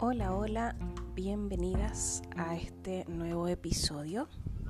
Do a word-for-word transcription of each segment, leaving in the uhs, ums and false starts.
Hola, hola, bienvenidas a este nuevo episodio.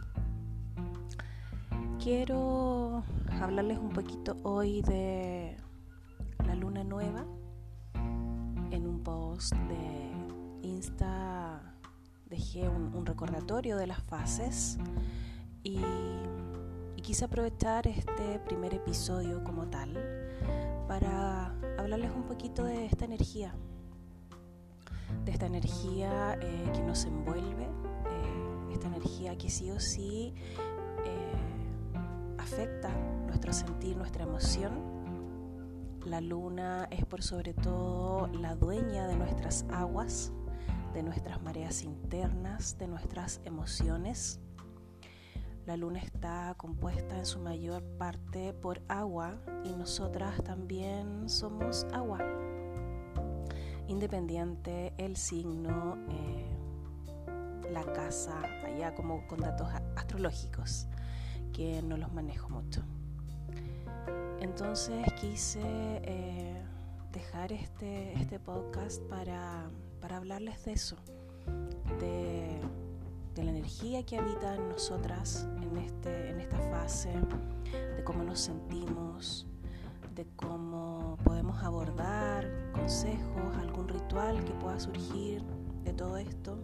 Quiero hablarles un poquito hoy de la luna nueva. En un post de Insta dejé un, un recordatorio de las fases y, y quise aprovechar este primer episodio como tal para hablarles un poquito de esta energía. de esta energía eh, que nos envuelve, eh, esta energía que sí o sí eh, afecta nuestro sentir, nuestra emoción. La luna es por sobre todo la dueña de nuestras aguas, de nuestras mareas internas, de nuestras emociones. La luna está compuesta en su mayor parte por agua y nosotras también somos agua. Independiente el signo, eh, la casa, allá como con datos astrológicos, que no los manejo mucho. Entonces quise eh, dejar este, este podcast para, para hablarles de eso, de, de la energía que habita en nosotras en, este, en esta fase, de cómo nos sentimos, de cómo podemos abordar consejos, algún ritual que pueda surgir de todo esto.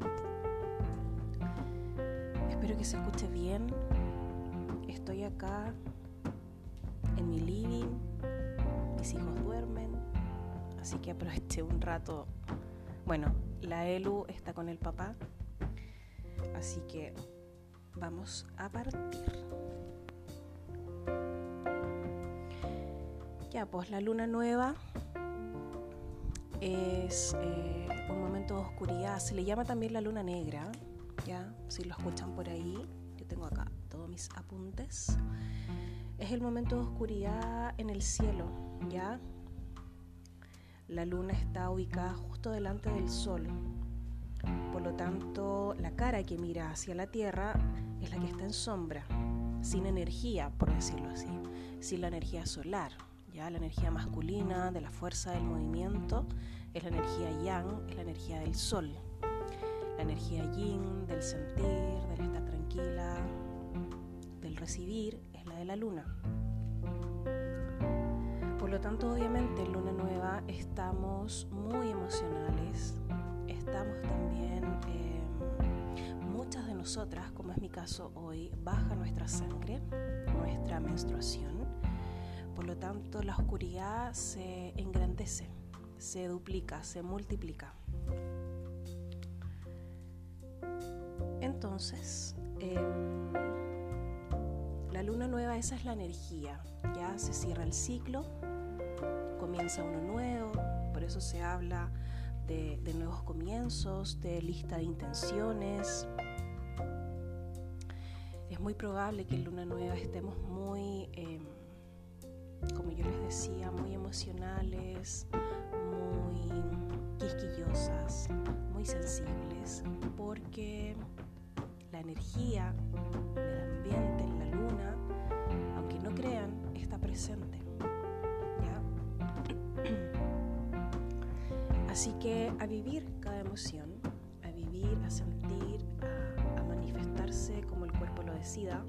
Espero que se escuche bien. Estoy acá en mi living, mis hijos duermen, así que aproveché un rato. Bueno, la Elu está con el papá, así que vamos a partir. Ya, pues la luna nueva es eh, un momento de oscuridad, se le llama también la luna negra, ya, si lo escuchan por ahí, yo tengo acá todos mis apuntes. Es el momento de oscuridad en el cielo, ya. La luna está ubicada justo delante del sol, por lo tanto la cara que mira hacia la tierra es la que está en sombra, sin energía, por decirlo así, sin la energía solar. Ya, la energía masculina de la fuerza del movimiento es la energía yang, es la energía del sol. La energía yin del sentir, del estar tranquila, del recibir, es la de la luna. Por lo tanto, obviamente en luna nueva estamos muy emocionales, estamos también, eh, muchas de nosotras, como es mi caso hoy, baja nuestra sangre, nuestra menstruación. Por lo tanto, la oscuridad se engrandece, se duplica, se multiplica. Entonces, eh, la luna nueva, esa es la energía. Ya se cierra el ciclo, comienza uno nuevo, por eso se habla de, de nuevos comienzos, de lista de intenciones. Es muy probable que en luna nueva estemos muy... Eh, como yo les decía, muy emocionales, muy quisquillosas, muy sensibles, porque la energía del ambiente en la luna, aunque no crean, está presente, ¿ya? Así que a vivir cada emoción, a vivir, a sentir, a, a manifestarse como el cuerpo lo decida.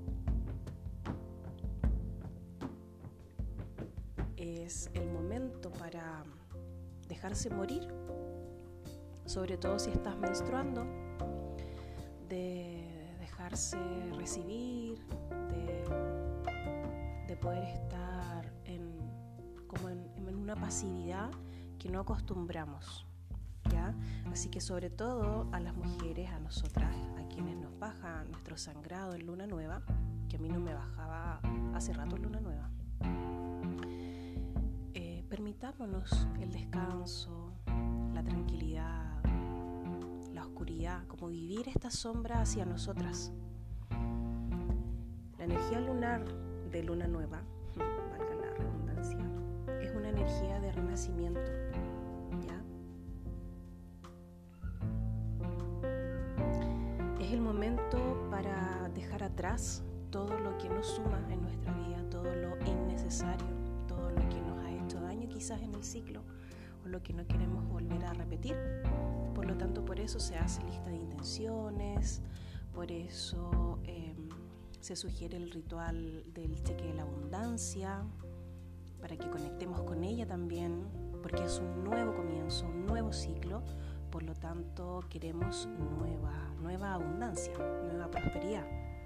Es el momento para dejarse morir, sobre todo si estás menstruando, de dejarse recibir, de, de poder estar en, como en, en una pasividad que no acostumbramos, ¿ya? Así que sobre todo a las mujeres, a nosotras, a quienes nos baja nuestro sangrado en luna nueva, que a mí no me bajaba hace rato en luna nueva. Permitámonos el descanso, la tranquilidad, la oscuridad, como vivir esta sombra hacia nosotras. La energía lunar de luna nueva, valga la redundancia, es una energía de renacimiento, ¿ya? Es el momento para dejar atrás todo lo que nos suma en nuestra vida, todo lo innecesario, todo lo que nos ha hecho daño quizás en el ciclo o lo que no queremos volver a repetir. Por lo tanto, por eso se hace lista de intenciones, por eso eh, se sugiere el ritual del cheque de la abundancia, para que conectemos con ella también, porque es un nuevo comienzo, un nuevo ciclo. Por lo tanto, queremos nueva, nueva abundancia, nueva prosperidad.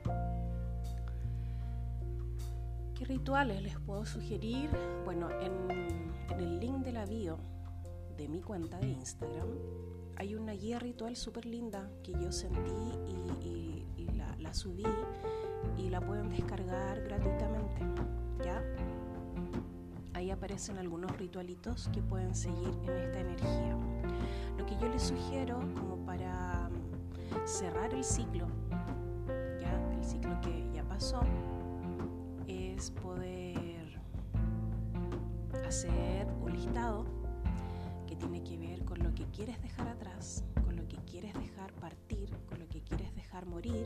¿Qué rituales les puedo sugerir? Bueno, en, en el link de la bio de mi cuenta de Instagram hay una guía ritual súper linda que yo sentí y, y, y la, la subí y la pueden descargar gratuitamente, ¿ya? Ahí aparecen algunos ritualitos que pueden seguir en esta energía. Lo que yo les sugiero como para cerrar el ciclo, ya el ciclo que ya pasó, es poder hacer un listado que tiene que ver con lo que quieres dejar atrás, con lo que quieres dejar partir, con lo que quieres dejar morir,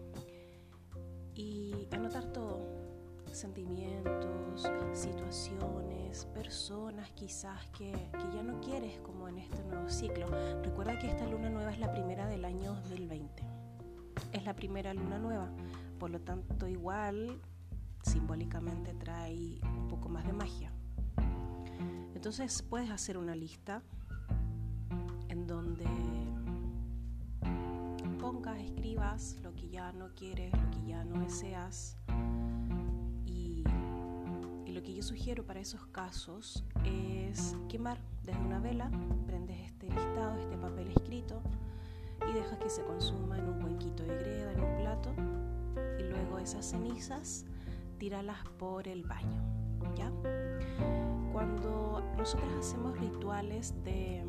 y anotar todo: sentimientos, situaciones, personas quizás que, que ya no quieres como en este nuevo ciclo. Recuerda que esta luna nueva es la primera del año dos mil veinte, es la primera luna nueva, por lo tanto igual simbólicamente trae un poco más de magia. Entonces puedes hacer una lista en donde pongas, escribas lo que ya no quieres, lo que ya no deseas. Y, y lo que yo sugiero para esos casos es quemar desde una vela. Prendes este listado, este papel escrito, y dejas que se consuma en un cuenquito de greda, en un plato, y luego esas cenizas tíralas por el baño, ¿ya? Cuando nosotras hacemos rituales de,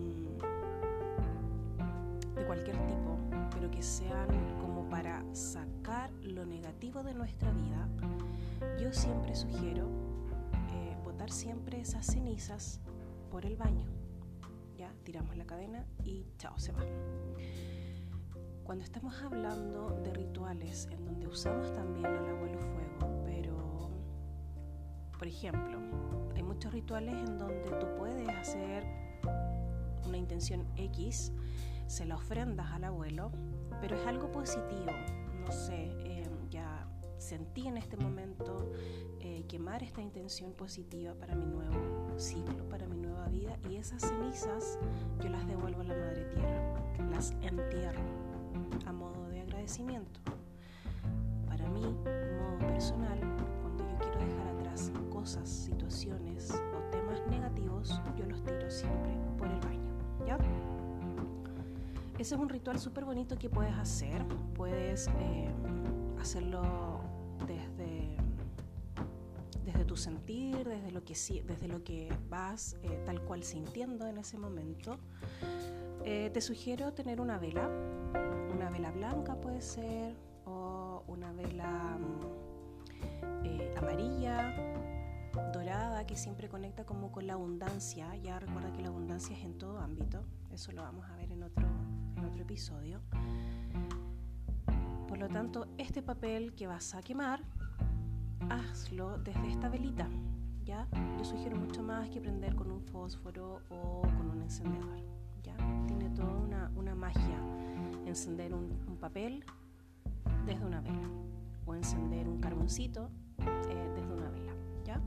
de cualquier tipo, pero que sean como para sacar lo negativo de nuestra vida, yo siempre sugiero eh, botar siempre esas cenizas por el baño, ¿ya? Tiramos la cadena y chao, se va. Cuando estamos hablando de rituales en donde usamos también al abuelo fuego, pero por ejemplo, hay muchos rituales en donde tú puedes hacer una intención X, se la ofrendas al abuelo, pero es algo positivo. No sé, eh, ya sentí en este momento eh, quemar esta intención positiva para mi nuevo ciclo, para mi nueva vida, y esas cenizas yo las devuelvo a la Madre Tierra, las entierro a modo de agradecimiento. Para mí, modo personal, cuando yo quiero dejar atrás cosas, situaciones o temas negativos, yo los tiro siempre por el baño, ¿ya? Ese es un ritual súper bonito que puedes hacer. Puedes eh, hacerlo desde, desde tu sentir, desde lo que, desde lo que vas eh, tal cual sintiendo en ese momento. Eh, te sugiero tener una vela, una vela blanca puede ser, o una vela eh, amarilla, dorada, que siempre conecta como con la abundancia. Ya recuerda que la abundancia es en todo ámbito, eso lo vamos a ver en otro, en otro episodio. Por lo tanto, este papel que vas a quemar, hazlo desde esta velita, ¿ya? Yo sugiero mucho más que prender con un fósforo o con un encendedor, ¿ya? Tiene toda una, una magia encender un, un papel desde una vela, o encender un carboncito eh, desde una vela, ¿ya?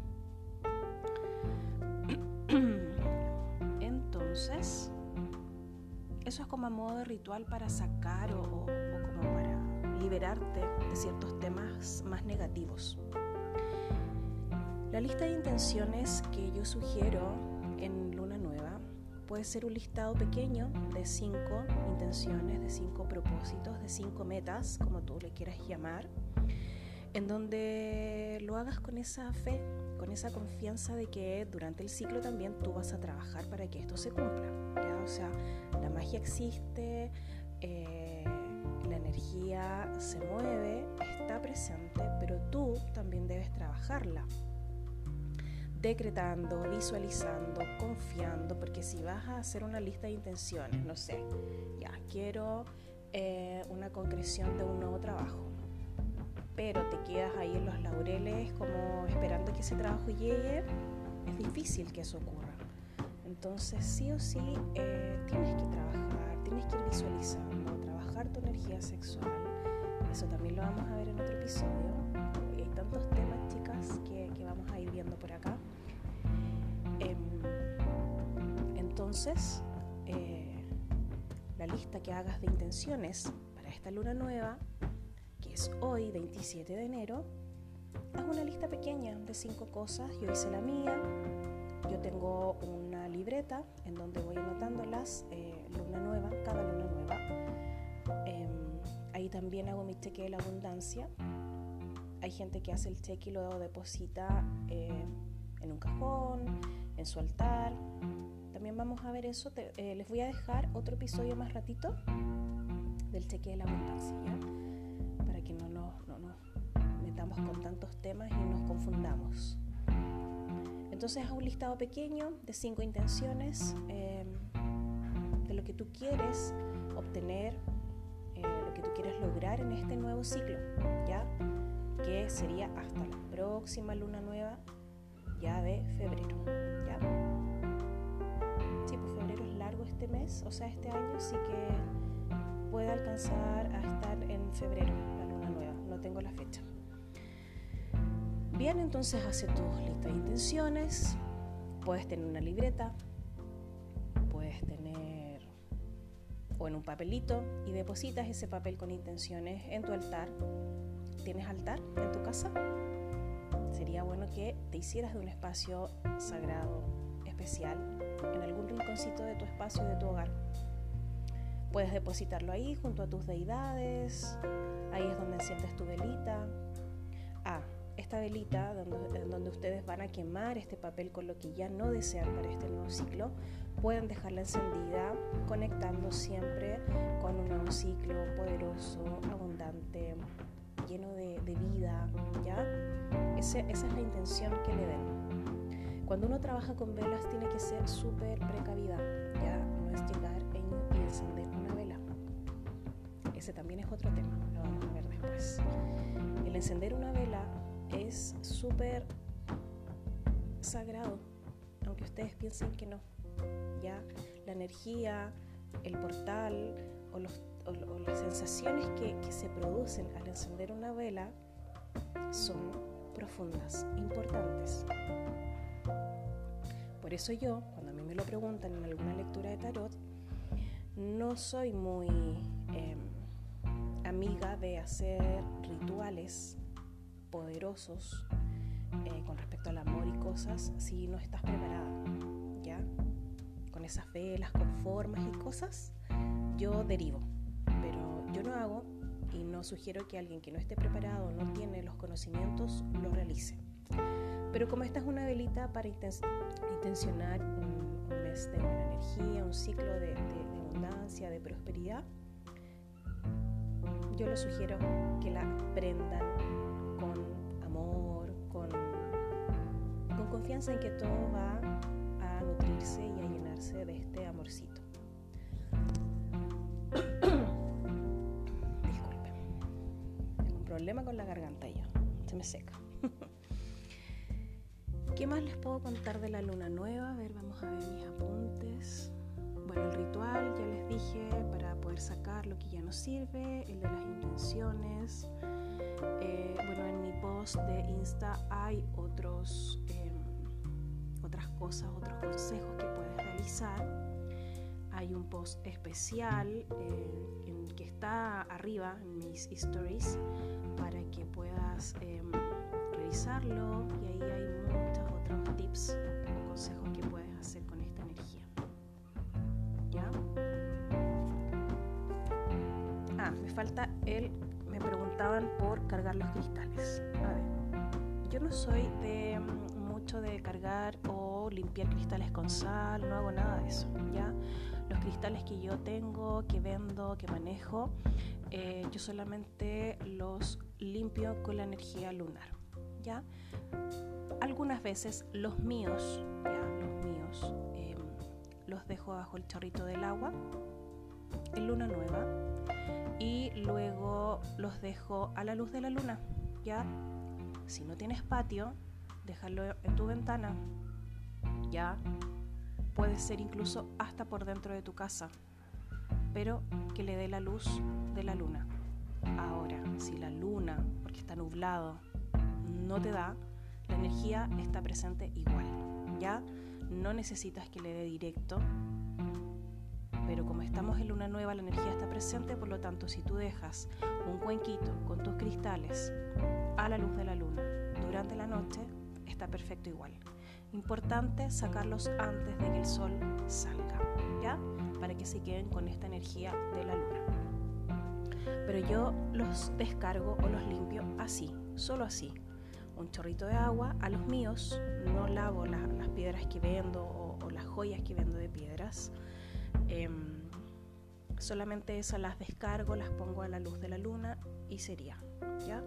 Entonces, eso es como a modo de ritual para sacar o, o, o como para liberarte de ciertos temas más negativos. La lista de intenciones que yo sugiero en Luna Nueva puede ser un listado pequeño de cinco intenciones, de cinco propósitos, de cinco metas, como tú le quieras llamar, en donde lo hagas con esa fe, con esa confianza de que durante el ciclo también tú vas a trabajar para que esto se cumpla, ¿ya? O sea, la magia existe, eh, la energía se mueve, está presente, pero tú también debes trabajarla, decretando, visualizando, confiando, porque si vas a hacer una lista de intenciones, no sé, ya quiero eh, una concreción de un nuevo trabajo, pero te quedas ahí en los laureles como esperando que ese trabajo llegue, es difícil que eso ocurra. Entonces sí o sí eh, tienes que trabajar, tienes que ir visualizando, trabajar tu energía sexual. Eso también lo vamos a ver en otro episodio. Y hay tantos temas, chicas, que, que vamos a ir viendo por acá. Eh, entonces, eh, la lista que hagas de intenciones para esta luna nueva, que es hoy, veintisiete de enero, haz una lista pequeña de cinco cosas. Yo hice la mía. Yo tengo una libreta en donde voy anotándolas, eh, luna nueva, cada luna nueva. Eh, ahí también hago mi cheque de la abundancia. Hay gente que hace el cheque y lo deposita eh, en un cajón, en su altar. También vamos a ver eso. Te, eh, les voy a dejar otro episodio más ratito del cheque de la abundancia, ¿ya? Para que no nos, no nos metamos con tantos temas y nos confundamos. Entonces haz un listado pequeño de cinco intenciones eh, de lo que tú quieres obtener, eh, lo que tú quieres lograr en este nuevo ciclo, ¿ya? Que sería hasta la próxima luna nueva, ya de febrero, ¿ya? Sí, pues febrero es largo este mes, o sea, este año, así que puede alcanzar a estar en febrero la luna nueva, no tengo la fecha. Bien, entonces hace tus listas de intenciones. Puedes tener una libreta, puedes tener o en un papelito y depositas ese papel con intenciones en tu altar. ¿Tienes altar en tu casa? Sería bueno que te hicieras de un espacio sagrado, especial, en algún rinconcito de tu espacio, de tu hogar. Puedes depositarlo ahí junto a tus deidades. Ahí es donde enciendes tu velita. Ah, esta velita donde, donde ustedes van a quemar este papel con lo que ya no desean para este nuevo ciclo, pueden dejarla encendida, conectando siempre con un nuevo ciclo poderoso, abundante, lleno de, de vida, ¿ya? Ese, esa es la intención que le den. Cuando uno trabaja con velas tiene que ser súper precavida, ¿ya? No es llegar y encender una vela. Ese también es otro tema, lo vamos a ver después. El encender una vela es súper sagrado, aunque ustedes piensen que no, ¿ya? La energía, el portal o, los, o, o las sensaciones que, que se producen al encender una vela son profundas, importantes. Por eso yo, cuando a mí me lo preguntan en alguna lectura de tarot, no soy muy eh, amiga de hacer rituales poderosos eh, con respecto al amor y cosas si no estás preparada, ¿ya? Con esas velas, con formas y cosas, yo derivo, pero yo no hago y no sugiero que alguien que no esté preparado, no tiene los conocimientos, lo realice. Pero como esta es una velita para inten- intencionar un, un mes de buena energía, un ciclo de, de, de abundancia, de prosperidad, yo les sugiero que la prendan con amor, con, con confianza en que todo va a nutrirse y a llenarse de este amorcito. Disculpen, tengo un problema con la garganta ya, se me seca. ¿Qué más les puedo contar de la luna nueva? A ver, vamos a ver mis apuntes. Bueno, el ritual, ya les dije, para poder sacar lo que ya no sirve, el de las intenciones. Eh, bueno, en mi post de Insta hay otros, eh, otras cosas, otros consejos que puedes realizar. Hay un post especial eh, en, que está arriba en mis stories para que puedas eh, revisarlo, y ahí hay muchos otros tips o consejos que puedes hacer con esta energía, ¿ya? Ah, me falta el... Me preguntaban por cargar los cristales. A ver, yo no soy de mucho de cargar o limpiar cristales con sal, no hago nada de eso, ¿ya? Los cristales que yo tengo, que vendo, que manejo, eh, yo solamente los limpio con la energía lunar, ¿ya? Algunas veces los míos, ya, los míos, eh, los dejo bajo el chorrito del agua en luna nueva y luego los dejo a la luz de la luna, ¿ya? Si no tienes patio, déjalo en tu ventana, ¿ya? puede ser incluso hasta por dentro de tu casa, pero que le dé la luz de la luna. Ahora, si la luna, porque está nublado, no te da, la energía está presente igual, ¿ya? No necesitas que le dé directo, pero como estamos en luna nueva, la energía está presente, por lo tanto, si tú dejas un cuenquito con tus cristales a la luz de la luna durante la noche, está perfecto igual. Importante sacarlos antes de que el sol salga, ¿ya? Para que se queden con esta energía de la luna. Pero yo los descargo o los limpio así, solo así. Un chorrito de agua a los míos, no lavo la, las piedras que vendo o, o las joyas que vendo de piedras. Eh, solamente esas las descargo, las pongo a la luz de la luna y sería, ¿ya?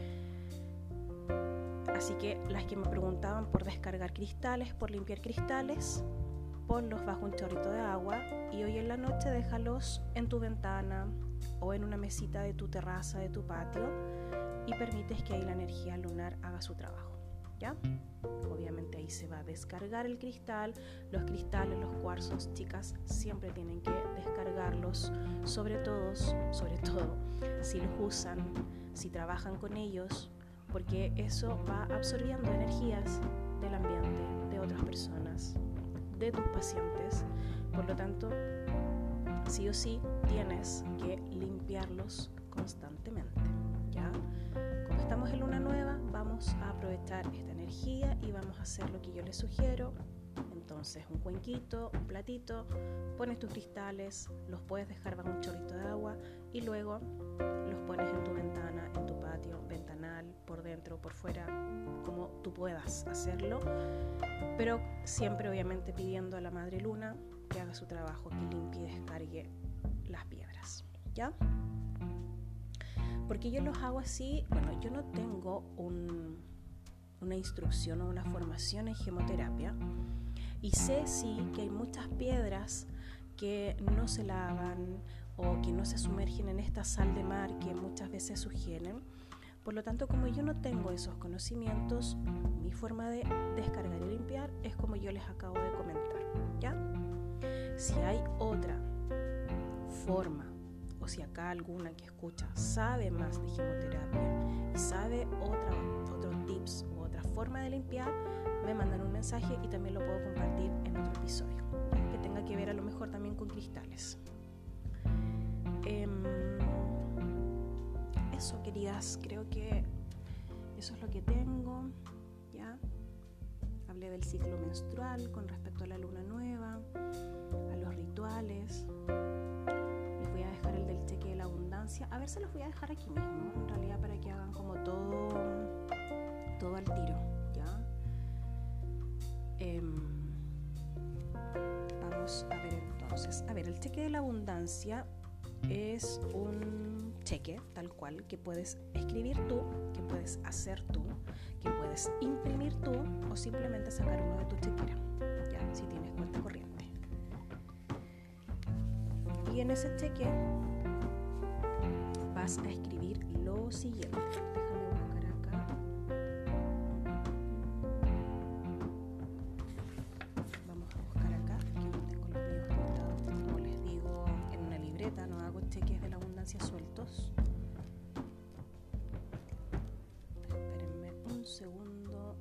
Así que las que me preguntaban por descargar cristales, por limpiar cristales, ponlos bajo un chorrito de agua y hoy en la noche déjalos en tu ventana o en una mesita de tu terraza, de tu patio, y permites que ahí la energía lunar haga su trabajo, ¿ya? Obviamente ahí se va a descargar el cristal. Los cristales, los cuarzos, chicas, siempre tienen que descargarlos, sobre todo, sobre todo si los usan, si trabajan con ellos, porque eso va absorbiendo energías del ambiente, de otras personas, de tus pacientes. Por lo tanto, sí o sí tienes que limpiarlos constantemente, ¿ya? Como estamos en luna nueva, vamos a aprovechar esta energía y vamos a hacer lo que yo les sugiero. Entonces, un cuenquito, un platito, pones tus cristales, los puedes dejar bajo un chorrito de agua y luego los pones en tu ventana, en tu patio, ventanal, por dentro, por fuera, como tú puedas hacerlo, pero siempre obviamente pidiendo a la Madre Luna que haga su trabajo, que limpie y descargue las piedras, ¿ya? Porque yo los hago así. Bueno, yo no tengo un, una instrucción o una formación en gemoterapia, y sé sí que hay muchas piedras que no se lavan o que no se sumergen en esta sal de mar que muchas veces sugieren. Por lo tanto, como yo no tengo esos conocimientos, mi forma de descargar y limpiar es como yo les acabo de comentar, ¿ya? Si hay otra forma, o si acá alguna que escucha sabe más de gemoterapia y sabe otra, otros tips u otra forma de limpiar, me mandan un mensaje y también lo puedo compartir en otro episodio, ¿ya? Que tenga que ver a lo mejor también con cristales. Eh, eso, queridas, creo que eso es lo que tengo, ¿ya? Hablé del ciclo menstrual con respecto a la luna nueva, a los rituales. Les voy a dejar el del cheque de la abundancia. A ver, se los voy a dejar aquí mismo, en realidad, para que hagan como todo, todo al tiro, ¿ya? Eh, vamos a ver entonces. A ver, el cheque de la abundancia es un cheque tal cual que puedes escribir tú, que puedes hacer tú, que puedes imprimir tú o simplemente sacar uno de tu chequera, ya, si tienes cuenta corriente. Y en ese cheque vas a escribir lo siguiente. Déjame buscar acá. Vamos a buscar acá, que no tengo los míos anotados. Como les digo, en una libreta, no hago cheques de la abundancia sueltos. Espérenme un segundo.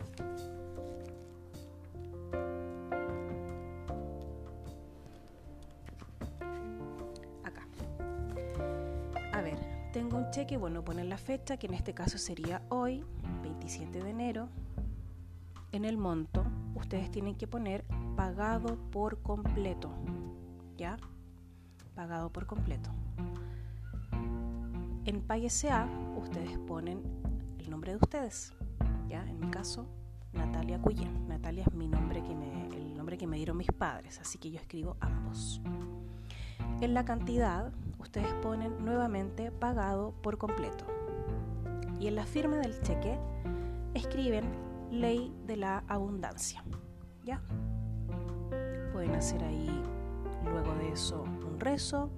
Acá. A ver, tengo un cheque, bueno, ponen la fecha, que en este caso sería hoy, veintisiete de enero. En el monto, ustedes tienen que poner pagado por completo, ¿ya? Pagado por completo. En Pague S A, ustedes ponen el nombre de ustedes, ¿ya? En mi caso, Natalia Cuyén. Natalia es mi nombre, que me, el nombre que me dieron mis padres, así que yo escribo ambos. En la cantidad, ustedes ponen nuevamente pagado por completo. Y en la firma del cheque, escriben ley de la abundancia, ¿ya? Pueden hacer ahí, luego de eso, un rezo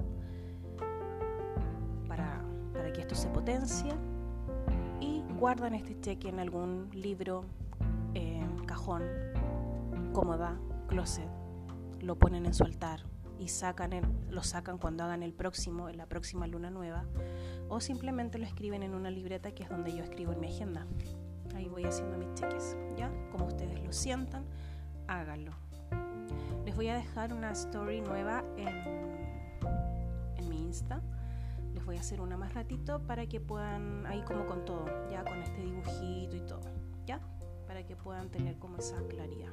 para, para que esto se potencie, y guardan este cheque en algún libro, eh, cajón, cómoda, closet, lo ponen en su altar y sacan el, lo sacan cuando hagan el próximo, en la próxima luna nueva, o simplemente lo escriben en una libreta, que es donde yo escribo en mi agenda. Ahí voy haciendo mis cheques, ¿ya? Como ustedes lo sientan, háganlo. Les voy a dejar una story nueva en, en mi Insta. Les voy a hacer una más ratito para que puedan, ahí como con todo, ya con este dibujito y todo, ¿ya? Para que puedan tener como esa claridad.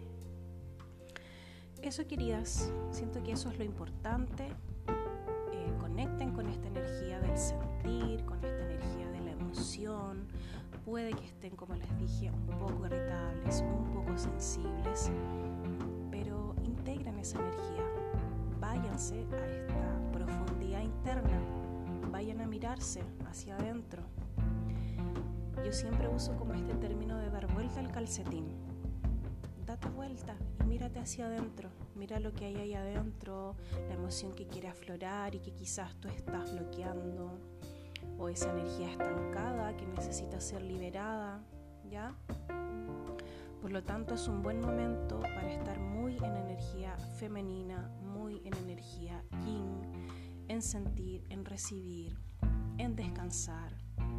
Eso, queridas, siento que eso es lo importante. Eh, conecten con esta energía del sentir, con esta energía de la emoción. Puede que estén, como les dije, un poco irritables, un poco sensibles, pero integren esa energía. Váyanse a esta profundidad interna, vayan a mirarse hacia adentro. Yo siempre uso como este término de dar vuelta al calcetín. Date vuelta y mírate hacia adentro, mira lo que hay ahí adentro, la emoción que quiere aflorar y que quizás tú estás bloqueando, o esa energía estancada que necesita ser liberada, ¿ya? Por lo tanto, es un buen momento para estar muy en energía femenina, muy en energía yin, en sentir, en recibir, en descansar,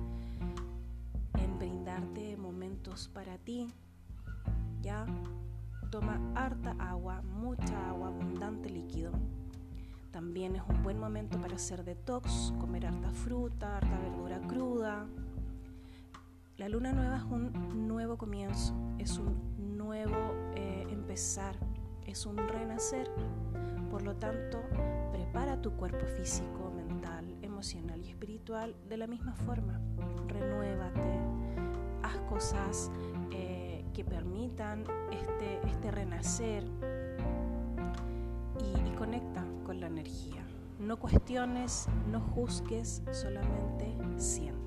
en brindarte momentos para ti, ¿ya? Toma harta agua, mucha agua, abundante líquido. También es un buen momento para hacer detox, comer harta fruta, harta verdura cruda. La luna nueva es un nuevo comienzo, es un nuevo eh, empezar, es un renacer. Por lo tanto, prepara tu cuerpo físico, mental, emocional y espiritual de la misma forma. Renuévate, haz cosas eh, que permitan este, este renacer y, y conecta con la energía. No cuestiones, no juzgues, solamente siente.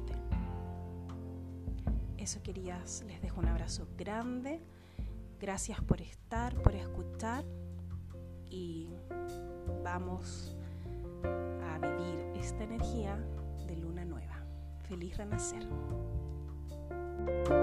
Eso, querías, les dejo un abrazo grande. Gracias por estar, por escuchar, y vamos a vivir esta energía de luna nueva. Feliz renacer.